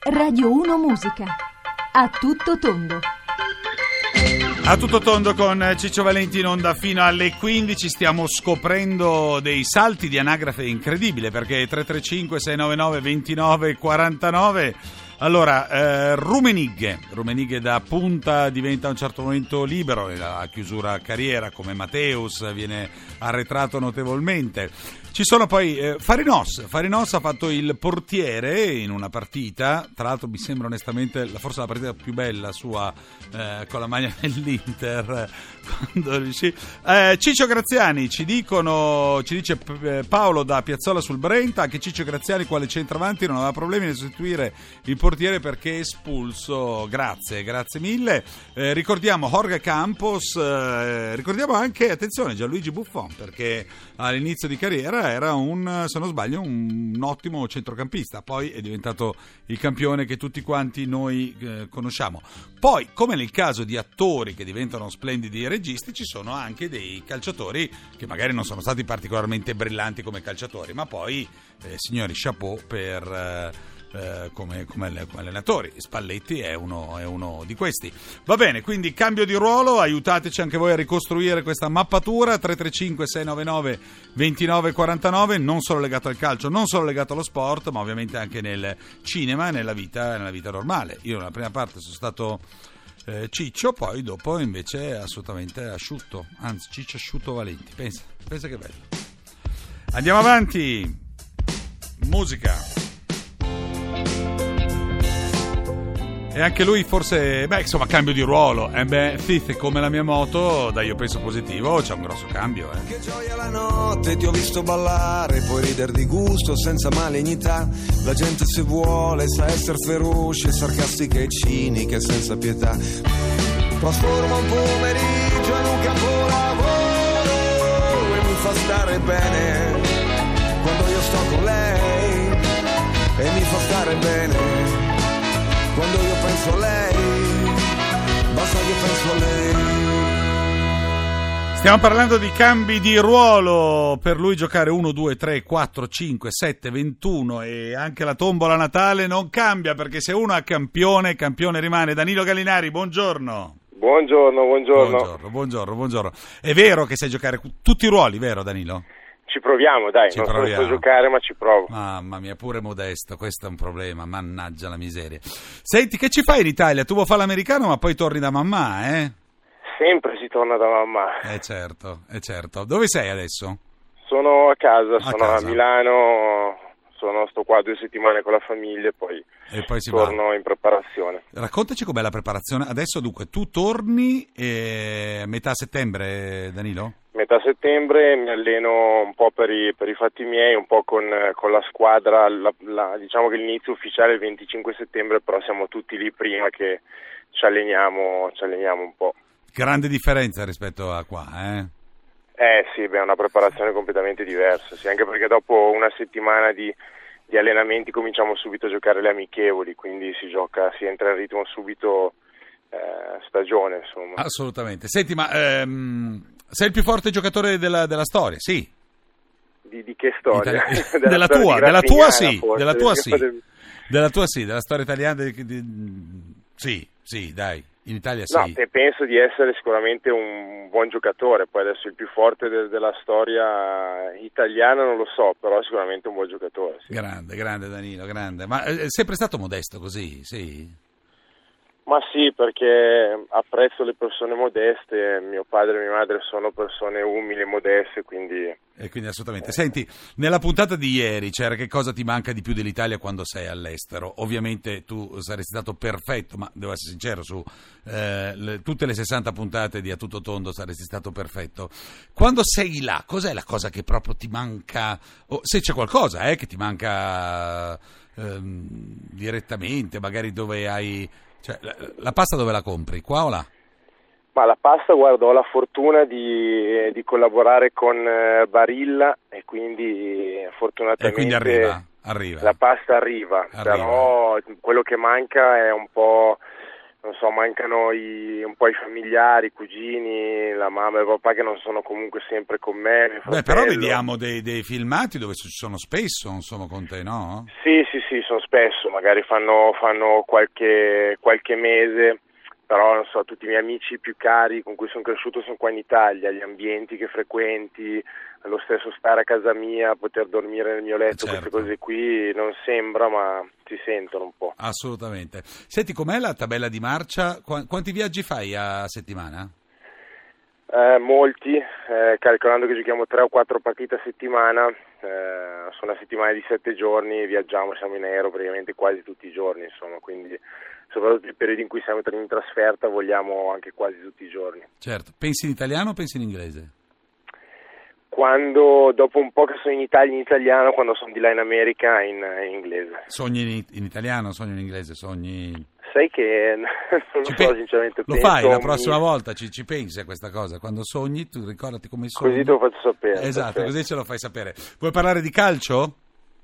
Radio 1 Musica. A tutto tondo. A tutto tondo con Ciccio Valenti in onda fino alle 15. Stiamo scoprendo dei salti di anagrafe incredibile, perché 335 699 29 49. Allora, Rummenigge da punta diventa a un certo momento libero, a chiusura carriera come Matteus viene arretrato notevolmente. Ci sono poi Farinos ha fatto il portiere in una partita, tra l'altro mi sembra onestamente forse la partita più bella sua con la maglia dell'Inter. Ciccio Graziani ci dice Paolo da Piazzola sul Brenta, anche Ciccio Graziani quale centravanti non aveva problemi nel sostituire il portiere perché è espulso. Grazie mille. Ricordiamo Jorge Campos, ricordiamo anche, attenzione, Gianluigi Buffon, perché all'inizio di carriera era se non sbaglio, un ottimo centrocampista, poi è diventato il campione che tutti quanti noi conosciamo. Poi, come nel caso di attori che diventano splendidi registi, ci sono anche dei calciatori che magari non sono stati particolarmente brillanti come calciatori, ma poi, signori, chapeau per... come allenatori. Spalletti è uno di questi. Va bene, quindi cambio di ruolo, aiutateci anche voi a ricostruire questa mappatura. 335 699 29 49, non solo legato al calcio, non solo legato allo sport, ma ovviamente anche nel cinema e nella vita normale. Io nella prima parte sono stato Ciccio, poi dopo invece assolutamente asciutto, anzi Ciccio asciutto Valenti, pensa che bello. Andiamo avanti, musica. E anche lui forse, insomma, cambio di ruolo. Thief è come la mia moto, dai, io penso positivo, c'è un grosso cambio. Che gioia la notte, ti ho visto ballare, puoi ridere di gusto senza malignità. La gente se vuole sa essere feroce, sarcastica e cinica e senza pietà. Trasforma un pomeriggio in un capolavoro e mi fa stare bene quando io sto con lei, e mi fa stare bene quando io penso a lei, basta che penso a lei. Stiamo parlando di cambi di ruolo, per lui giocare 1, 2, 3, 4, 5, 7, 21 e anche la tombola Natale non cambia, perché se uno è campione rimane. Danilo Gallinari, buongiorno. Buongiorno. È vero che sai giocare tutti i ruoli, vero Danilo? Ci proviamo, dai, non so giocare, ma ci provo. Mamma mia, pure modesto, questo è un problema, mannaggia la miseria. Senti, che ci fai in Italia? Tu vuoi fare l'americano, ma poi torni da mamma, eh? Sempre si torna da mamma. Certo. Dove sei adesso? Sono a casa, a Milano, sto qua 2 settimane con la famiglia e poi si torno va in preparazione. Raccontaci com'è la preparazione. Adesso dunque, tu torni a metà settembre, Danilo? Metà settembre mi alleno un po' per i fatti miei, un po' con la squadra, diciamo che l'inizio ufficiale è il 25 settembre, però siamo tutti lì prima che ci alleniamo un po'. Grande differenza rispetto a qua, eh? Sì, è una preparazione completamente diversa, sì, anche perché dopo una settimana di allenamenti cominciamo subito a giocare le amichevoli, quindi si entra in ritmo subito stagione, insomma. Assolutamente. Senti, ma sei il più forte giocatore della storia, sì? Di che storia? Della tua sì, della storia italiana, sì, dai, in Italia sì. No, penso di essere sicuramente un buon giocatore, poi adesso il più forte della storia italiana non lo so, però sicuramente un buon giocatore. Sì. Grande Danilo, grande. Ma è sempre stato modesto così, sì? Ma sì, perché apprezzo le persone modeste, mio padre e mia madre sono persone umili e modeste, quindi... E quindi assolutamente. Senti, nella puntata di ieri c'era che cosa ti manca di più dell'Italia quando sei all'estero? Ovviamente tu saresti stato perfetto, ma devo essere sincero, su tutte le 60 puntate di A Tutto Tondo saresti stato perfetto. Quando sei là, cos'è la cosa che proprio ti manca? Se c'è qualcosa che ti manca direttamente, magari dove hai... Cioè, la pasta dove la compri, qua o là? Ma la pasta, guarda, ho la fortuna di collaborare con Barilla e quindi fortunatamente... E quindi arriva. La pasta arriva, però quello che manca è un po' non so, mancano un po' i familiari, i cugini, la mamma e il papà che non sono comunque sempre con me. Mio fratello. Però vediamo dei filmati dove ci sono spesso, insomma, con te, no? Sì, sono spesso, magari fanno qualche mese, però non so, tutti i miei amici più cari con cui sono cresciuto sono qua in Italia, gli ambienti che frequenti, lo stesso stare a casa mia, poter dormire nel mio letto, certo. Queste cose qui non sembra, ma si sentono un po'. Assolutamente. Senti, com'è la tabella di marcia? Quanti viaggi fai a settimana? Molti, calcolando che giochiamo 3 o 4 partite a settimana, su una settimana di 7 giorni viaggiamo, siamo in aereo praticamente quasi tutti i giorni, insomma, quindi soprattutto i periodi in cui siamo in trasferta vogliamo anche quasi tutti i giorni. Certo. Pensi in italiano o pensi in inglese? Dopo un po' che sono in Italia in italiano, quando sono di là in America in inglese. Sogni in italiano, sogni in inglese, sogni... Sai che non lo so, sinceramente. Lo fai la prossima volta, ci pensi a questa cosa. Quando sogni, tu ricordati come sogni. Così te lo faccio sapere. Esatto, perfetto. Così ce lo fai sapere. Vuoi parlare di calcio?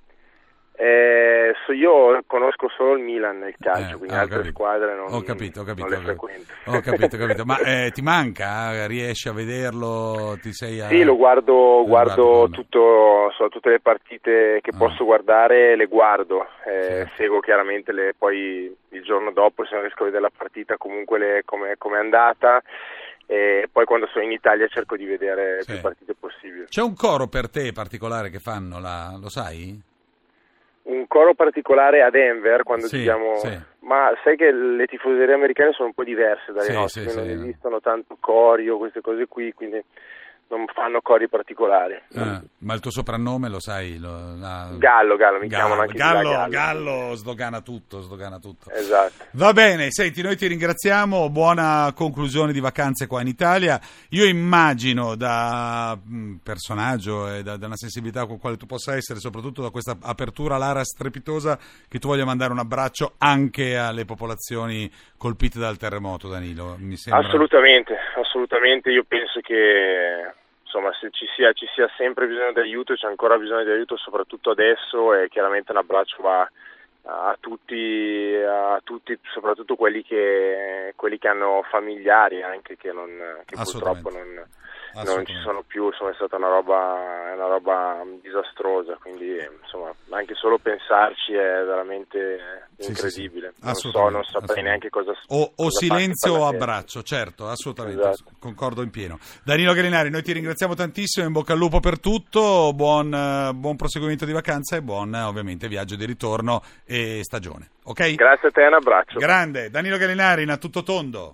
Io conosco solo il Milan nel calcio, quindi altre squadre non le frequento. Ho capito. Ma ti manca? Riesci a vederlo? Sì, lo guardo tutto, tutte le partite che posso guardare le guardo. Seguo chiaramente poi il giorno dopo, se non riesco a vedere la partita, comunque come è andata. E poi quando sono in Italia cerco di vedere più partite possibili. C'è un coro per te particolare che fanno, lo sai? Un coro particolare a Denver quando giochiamo, ma sai che le tifoserie americane sono un po' diverse dalle nostre, non esistono tanto cori o queste cose qui, quindi non fanno cori particolari. Ma il tuo soprannome lo sai? Gallo, mi chiamano anche Gallo sdogana tutto. Esatto. Va bene, senti, noi ti ringraziamo, buona conclusione di vacanze qua in Italia. Io immagino da personaggio e da una sensibilità con quale tu possa essere, soprattutto da questa apertura all'ara strepitosa, che tu voglia mandare un abbraccio anche alle popolazioni colpite dal terremoto, Danilo. Mi sembra... Assolutamente, io penso che insomma se ci sia sempre bisogno di aiuto, c'è ancora bisogno di aiuto soprattutto adesso, e chiaramente un abbraccio va a tutti, soprattutto quelli che hanno familiari anche che purtroppo non ci sono più, insomma è stata una roba disastrosa, quindi insomma anche solo pensarci è veramente incredibile. Non saprei neanche cosa o silenzio o abbraccio, certo, assolutamente, esatto. Concordo in pieno. Danilo Gallinari, noi ti ringraziamo tantissimo, in bocca al lupo per tutto, buon proseguimento di vacanza e buon ovviamente viaggio di ritorno e stagione, ok? Grazie a te, un abbraccio. Grande, Danilo Gallinari in A Tutto Tondo.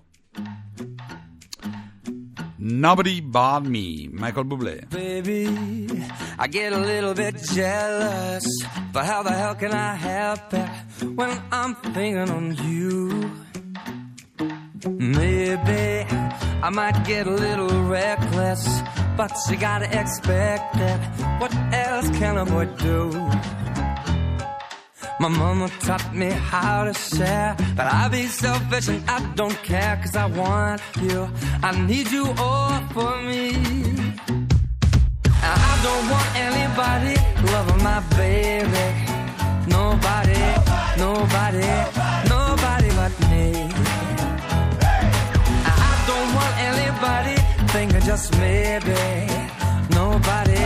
Nobody But Me, Michael Bublé. Baby, I get a little bit jealous, but how the hell can I help it when I'm thinking on you? Maybe I might get a little reckless, but you gotta expect it. What else can a boy do? My mama taught me how to share, but I be selfish and I don't care, 'cause I want you, I need you all for me. I don't want anybody loving my baby, nobody but me. I don't want anybody thinking just maybe, nobody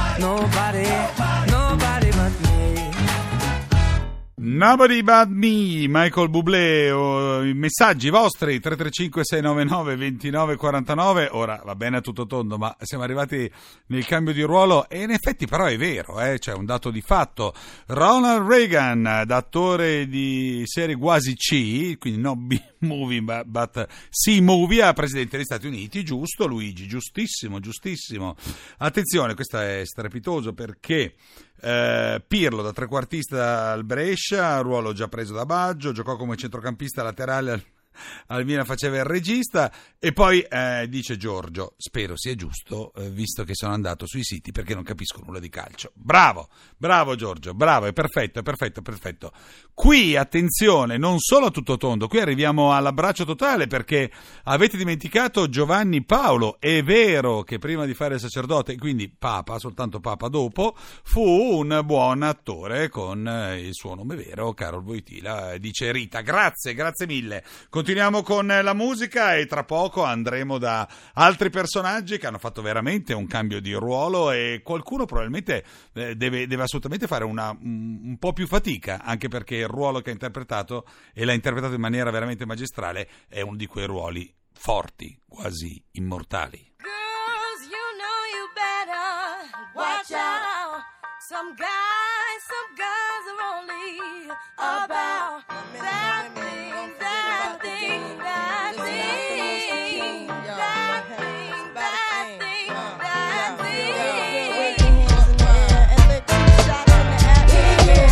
but me. Nobody But Me, Michael Bublé. I messaggi vostri 335-699-2949. Ora va bene a tutto tondo, ma siamo arrivati nel cambio di ruolo e in effetti però è vero, c'è un dato di fatto. Ronald Reagan, da attore di serie quasi C, quindi non B-movie but C-movie, a presidente degli Stati Uniti. Giusto Luigi, giustissimo. Attenzione, questo è strepitoso perché Pirlo, da trequartista al Brescia, ruolo già preso da Baggio, giocò come centrocampista laterale al Milan, faceva il regista, e poi dice Giorgio, spero sia giusto, visto che sono andato sui siti perché non capisco nulla di calcio. Bravo Giorgio, bravo, è perfetto. Qui attenzione, non solo a tutto tondo, qui arriviamo all'abbraccio totale, perché avete dimenticato Giovanni Paolo. È vero che prima di fare il sacerdote, quindi Papa, soltanto Papa dopo, fu un buon attore con il suo nome vero, Karol Wojtyła, dice Rita. Grazie mille. Continuiamo con la musica e tra poco andremo da altri personaggi che hanno fatto veramente un cambio di ruolo e qualcuno probabilmente deve assolutamente fare un po' più fatica, anche perché il ruolo che ha interpretato, e l'ha interpretato in maniera veramente magistrale, è uno di quei ruoli forti, quasi immortali. Girls, you know you better watch out. Some guys, some girls are only about that thing, that thing, that thing, that thing, that thing, that thing. Wave your hands in the air and let two shots in the atmosphere.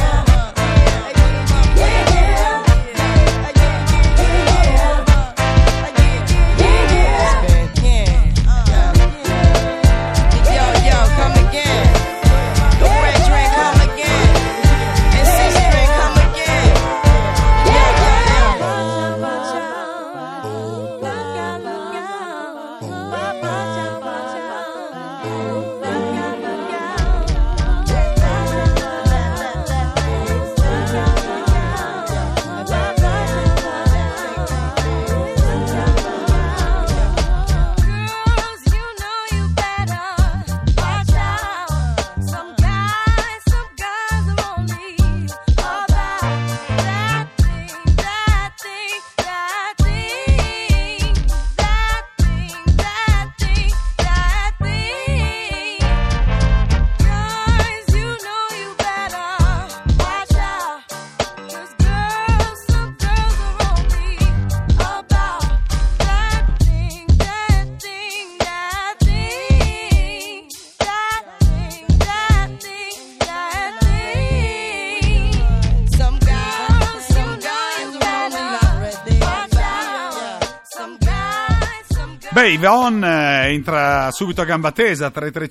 Beh, Yvonne entra subito a gamba tesa,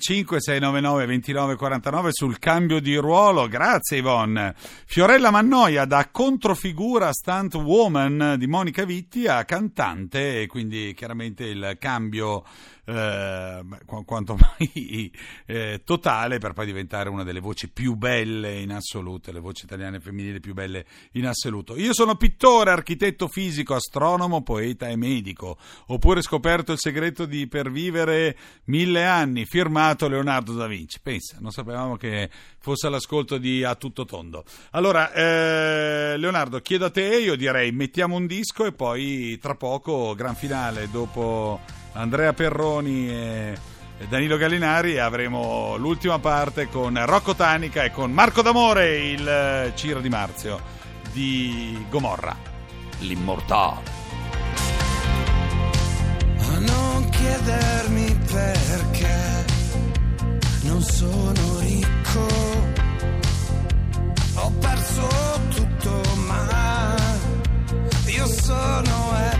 335-699-2949 sul cambio di ruolo, grazie Yvonne. Fiorella Mannoia da controfigura stunt woman di Monica Vitti a cantante, e quindi chiaramente il cambio quanto mai totale, per poi diventare una delle voci più belle in assoluto, le voci italiane femminili più belle in assoluto. Io sono pittore, architetto fisico, astronomo, poeta e medico. Oppure scoperto il segreto per vivere 1000 anni, firmato Leonardo da Vinci. Pensa, non sapevamo che fosse all'ascolto di A Tutto Tondo. Allora, Leonardo, chiedo a te, io direi mettiamo un disco e poi tra poco, gran finale, dopo Andrea Perroni e Danilo Gallinari, avremo l'ultima parte con Rocco Tanica e con Marco D'Amore, il Ciro Di Marzio di Gomorra, l'immortale. A non chiedermi perché non sono ricco, ho perso tutto ma io sono happy.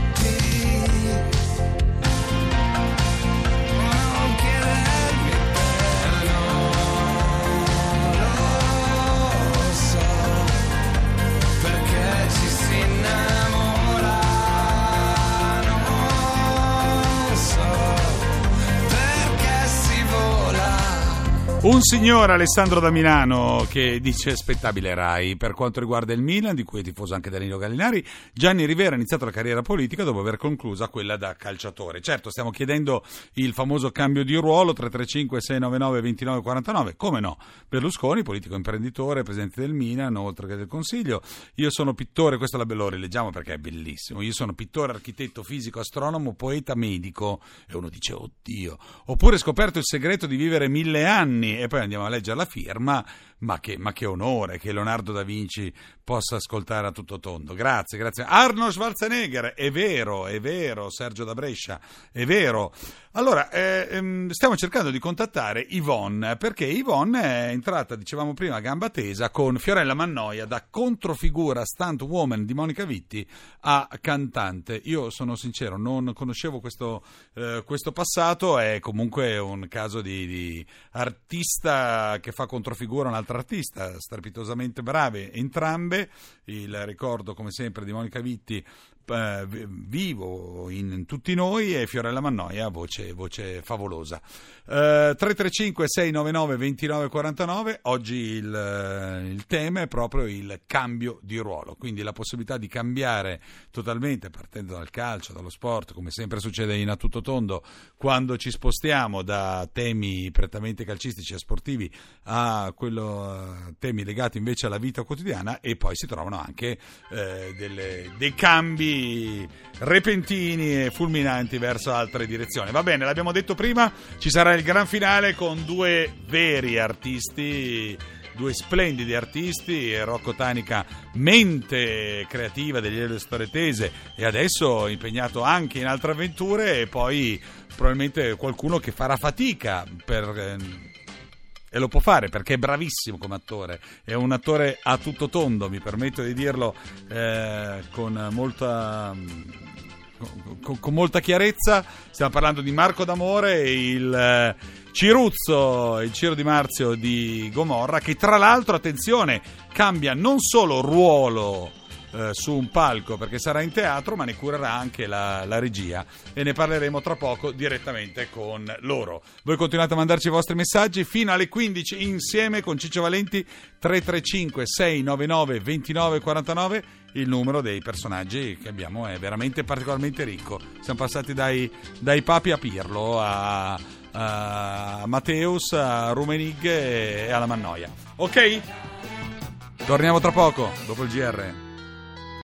Non chiedermi perché non lo so, perché ci si innamora. Un signor Alessandro da Milano che dice: spettabile Rai. Per quanto riguarda il Milan, di cui è tifoso anche Danilo Gallinari, Gianni Rivera ha iniziato la carriera politica dopo aver conclusa quella da calciatore. Certo, stiamo chiedendo il famoso cambio di ruolo, 335-699-2949. Come no? Berlusconi, politico imprenditore, presidente del Milan, oltre che del Consiglio. Io sono pittore, questo lo rileggiamo perché è bellissimo. Io sono pittore, architetto, fisico, astronomo, poeta, medico. E uno dice: oddio. Oppure scoperto il segreto di vivere 1000 anni. E poi andiamo a leggere la firma, ma che onore che Leonardo da Vinci possa ascoltare A Tutto Tondo. Grazie. Arnold Schwarzenegger, è vero, Sergio da Brescia, è vero. Allora, stiamo cercando di contattare Yvonne, perché Yvonne è entrata, dicevamo prima, a gamba tesa con Fiorella Mannoia, da controfigura stunt woman di Monica Vitti a cantante. Io sono sincero, non conoscevo questo passato, è comunque un caso di artista che fa controfigura un'altra artista, strepitosamente brave entrambe. Il ricordo, come sempre, di Monica Vitti vivo in tutti noi, e Fiorella Mannoia voce favolosa. 335 699 2949. Oggi il tema è proprio il cambio di ruolo, quindi la possibilità di cambiare totalmente, partendo dal calcio, dallo sport, come sempre succede in A Tutto Tondo, quando ci spostiamo da temi prettamente calcistici e sportivi a temi legati invece alla vita quotidiana, e poi si trovano anche dei cambi repentini e fulminanti verso altre direzioni. Va bene, l'abbiamo detto prima, ci sarà il gran finale con due veri artisti, due splendidi artisti, Rocco Tanica, mente creativa degli Elio Storetese e adesso impegnato anche in altre avventure, e poi probabilmente qualcuno che farà fatica e lo può fare perché è bravissimo come attore, è un attore a tutto tondo, mi permetto di dirlo con molta chiarezza. Stiamo parlando di Marco D'Amore, il Ciruzzo, il Ciro Di Marzio di Gomorra, che tra l'altro, attenzione, cambia non solo ruolo su un palco perché sarà in teatro, ma ne curerà anche la regia, e ne parleremo tra poco direttamente con loro. Voi continuate a mandarci i vostri messaggi fino alle 15 insieme con Ciccio Valenti. 335 699 2949. Il numero dei personaggi che abbiamo è veramente particolarmente ricco. Siamo passati dai Papi a Pirlo a Matteus, a Rumenig e alla Mannoia. Ok? Torniamo tra poco dopo il GR.